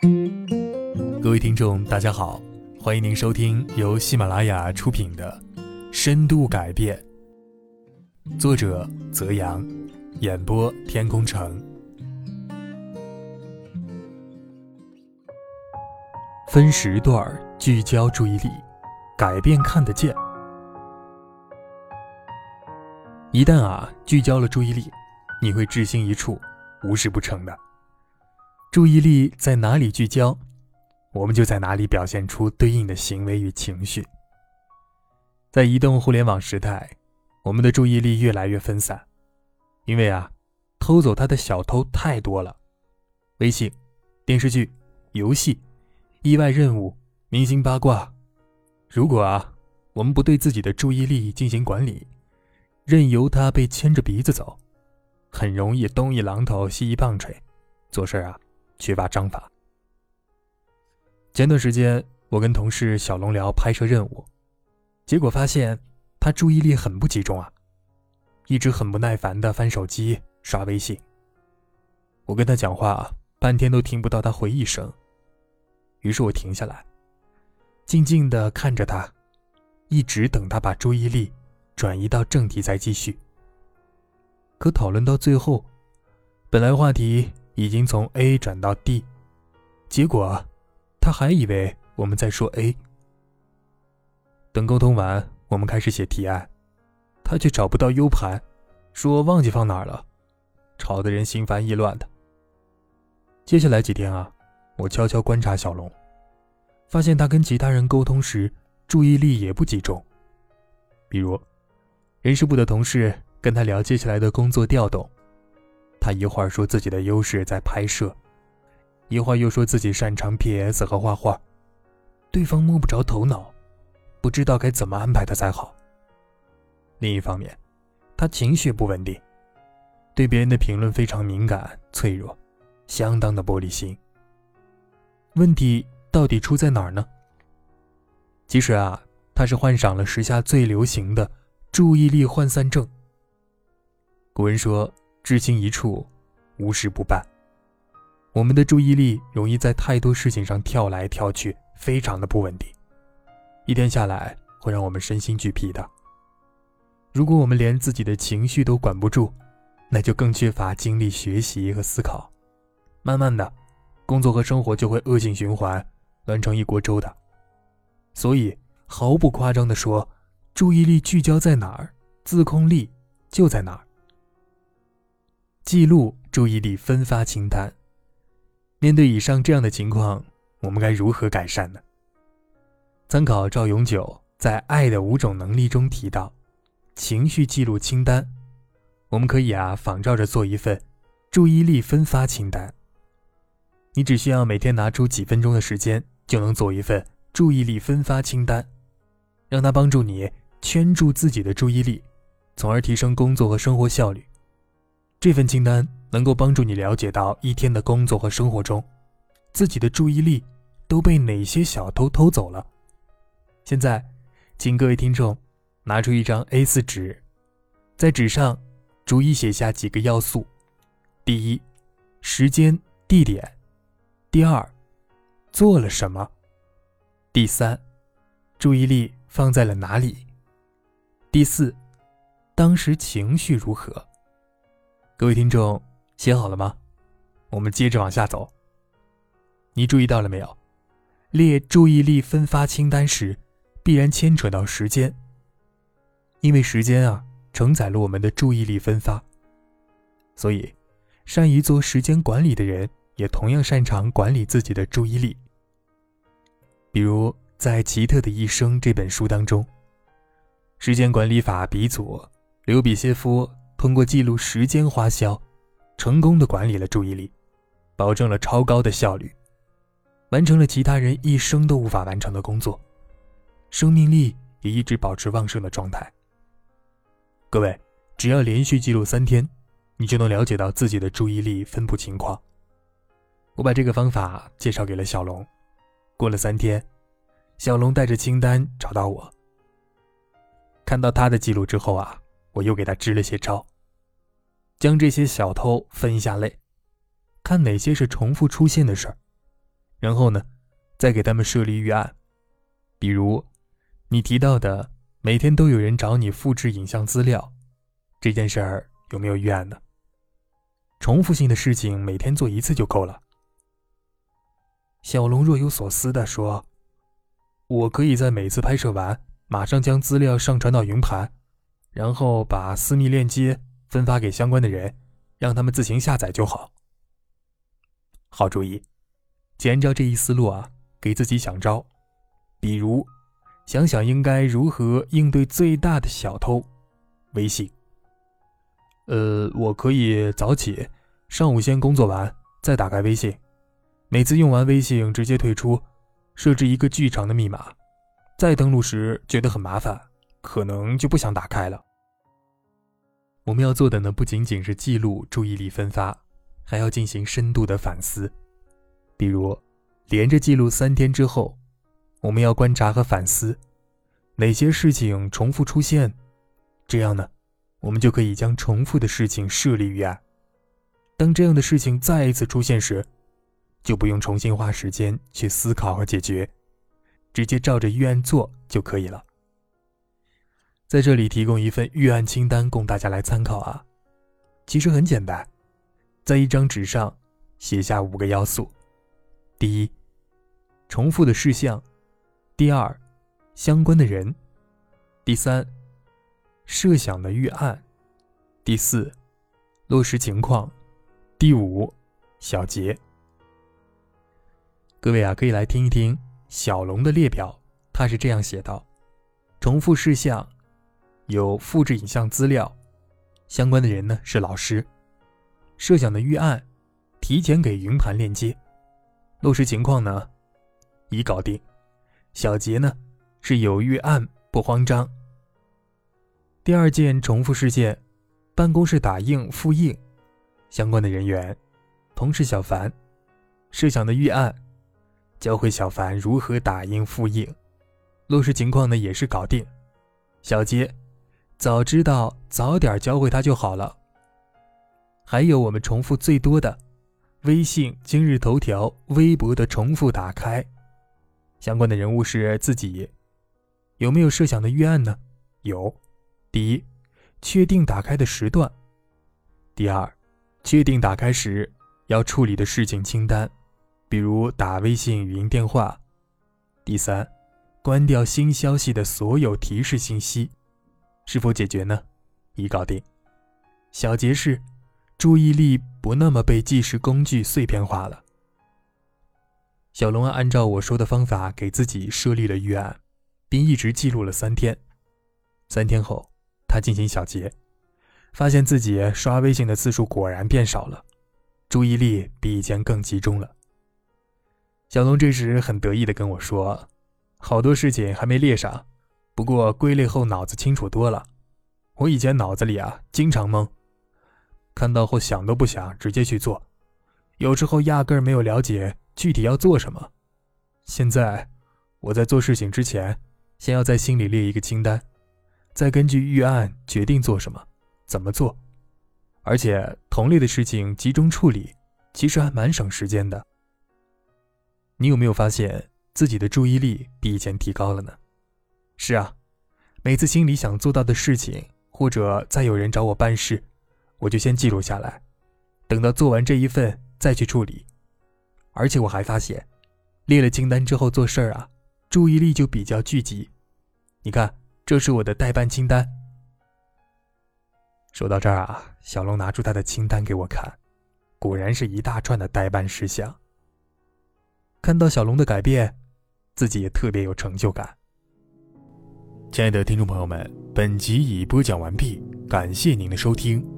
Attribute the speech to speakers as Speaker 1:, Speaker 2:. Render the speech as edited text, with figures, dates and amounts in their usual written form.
Speaker 1: 各位听众大家好，欢迎您收听由喜马拉雅出品的深度改变，作者泽阳，演播天空城。分时段聚焦注意力，改变看得见。一旦聚焦了注意力，你会志心一处，无事不成的。注意力在哪里聚焦，我们就在哪里表现出对应的行为与情绪。在移动互联网时代，我们的注意力越来越分散，因为偷走它的小偷太多了。微信、电视剧、游戏、意外任务、明星八卦。如果我们不对自己的注意力进行管理，任由它被牵着鼻子走，很容易东一榔头西一棒槌，做事缺乏章法。前段时间我跟同事小龙聊拍摄任务，结果发现他注意力很不集中一直很不耐烦地翻手机刷微信。我跟他讲话半天都听不到他回一声，于是我停下来，静静地看着他，一直等他把注意力转移到正题再继续。可讨论到最后，本来话题已经从 A 转到 D， 结果他还以为我们在说 A。 等沟通完，我们开始写提案，他却找不到 U 盘，说忘记放哪儿了，吵得人心烦意乱的。接下来几天我悄悄观察小龙，发现他跟其他人沟通时注意力也不集中。比如人事部的同事跟他聊接下来的工作调动，他一会儿说自己的优势在拍摄，一会儿又说自己擅长 PS 和画画，对方摸不着头脑，不知道该怎么安排他才好。另一方面，他情绪不稳定，对别人的评论非常敏感脆弱，相当的玻璃心。问题到底出在哪儿呢？其实他是患上了时下最流行的注意力涣散症。古人说，志心一处，无事不办。我们的注意力容易在太多事情上跳来跳去，非常的不稳定，一天下来会让我们身心俱疲的。如果我们连自己的情绪都管不住，那就更缺乏精力学习和思考，慢慢的工作和生活就会恶性循环，乱成一锅粥的。所以毫不夸张地说，注意力聚焦在哪儿，自控力就在哪儿。记录注意力分发清单。面对以上这样的情况，我们该如何改善呢？参考赵永久在《爱的5种能力》中提到情绪记录清单，我们可以仿照着做一份注意力分发清单。你只需要每天拿出几分钟的时间，就能做一份注意力分发清单，让它帮助你圈住自己的注意力，从而提升工作和生活效率。这份清单能够帮助你了解到一天的工作和生活中，自己的注意力都被哪些小偷偷走了。现在请各位听众拿出一张 A4 纸，在纸上逐一写下几个要素。第一，时间地点。第二，做了什么。第三，注意力放在了哪里。第四，当时情绪如何。各位听众写好了吗？我们接着往下走。你注意到了没有？列注意力分发清单时必然牵扯到时间，因为时间承载了我们的注意力分发，所以善于做时间管理的人也同样擅长管理自己的注意力。比如在《奇特的一生》这本书当中，时间管理法鼻祖刘比歇夫通过记录时间花销，成功地管理了注意力，保证了超高的效率，完成了其他人一生都无法完成的工作，生命力也一直保持旺盛的状态。各位，只要连续记录3天，你就能了解到自己的注意力分布情况。我把这个方法介绍给了小龙，过了3天，小龙带着清单找到我。看到他的记录之后我又给他支了些招，将这些小偷分一下类，看哪些是重复出现的事儿， 然后呢，再给他们设立预案。比如你提到的每天都有人找你复制影像资料，这件事儿有没有预案呢？重复性的事情每天做一次就够了。小龙若有所思地说，我可以在每次拍摄完马上将资料上传到云盘，然后把私密链接分发给相关的人，让他们自行下载就好。好主意，既然照这一思路啊，给自己想招。比如想想应该如何应对最大的小偷，微信。我可以早起，上午先工作完，再打开微信，每次用完微信直接退出，设置一个剧场的密码，再登录时觉得很麻烦，可能就不想打开了。我们要做的呢，不仅仅是记录注意力分发，还要进行深度的反思。比如连着记录3天之后，我们要观察和反思哪些事情重复出现，这样呢，我们就可以将重复的事情设立预案。当这样的事情再一次出现时，就不用重新花时间去思考和解决，直接照着预案做就可以了。在这里提供一份预案清单供大家来参考啊。其实很简单，在一张纸上写下5个要素。第一，重复的事项；第二，相关的人；第三，设想的预案；第四，落实情况；第五，小结。各位啊，可以来听一听小龙的列表，他是这样写道：重复事项有复制影像资料，相关的人呢是老师，设想的预案提前给云盘链接，落实情况呢已搞定，小结呢是有预案不慌张。第二件重复事件，办公室打印复印，相关的人员同事小凡，设想的预案教会小凡如何打印复印，落实情况呢也是搞定，小结早知道早点教会他就好了。还有我们重复最多的微信、今日头条、微博的重复打开，相关的人物是自己，有没有设想的预案呢？有。第一，确定打开的时段；第二，确定打开时要处理的事情清单，比如打微信语音电话；第三，关掉新消息的所有提示信息，是否解决呢？已搞定。小结是注意力不那么被计时工具碎片化了。小龙按照我说的方法给自己设立了预案，并一直记录了3天。3天后，他进行小结，发现自己刷微信的次数果然变少了，注意力比以前更集中了。小龙这时很得意地跟我说，好多事情还没列上，不过归类后脑子清楚多了。我以前脑子里啊经常懵，看到后想都不想直接去做，有时候压根儿没有了解具体要做什么。现在我在做事情之前，先要在心里列一个清单，再根据预案决定做什么，怎么做。而且同类的事情集中处理，其实还蛮省时间的。你有没有发现自己的注意力比以前提高了呢？是啊，每次心里想做到的事情，或者再有人找我办事，我就先记录下来，等到做完这一份再去处理。而且我还发现，列了清单之后做事儿啊，注意力就比较聚集。你看，这是我的待办清单。说到这儿啊，小龙拿出他的清单给我看，果然是一大串的待办事项。看到小龙的改变，自己也特别有成就感。亲爱的听众朋友们，本集已播讲完毕，感谢您的收听。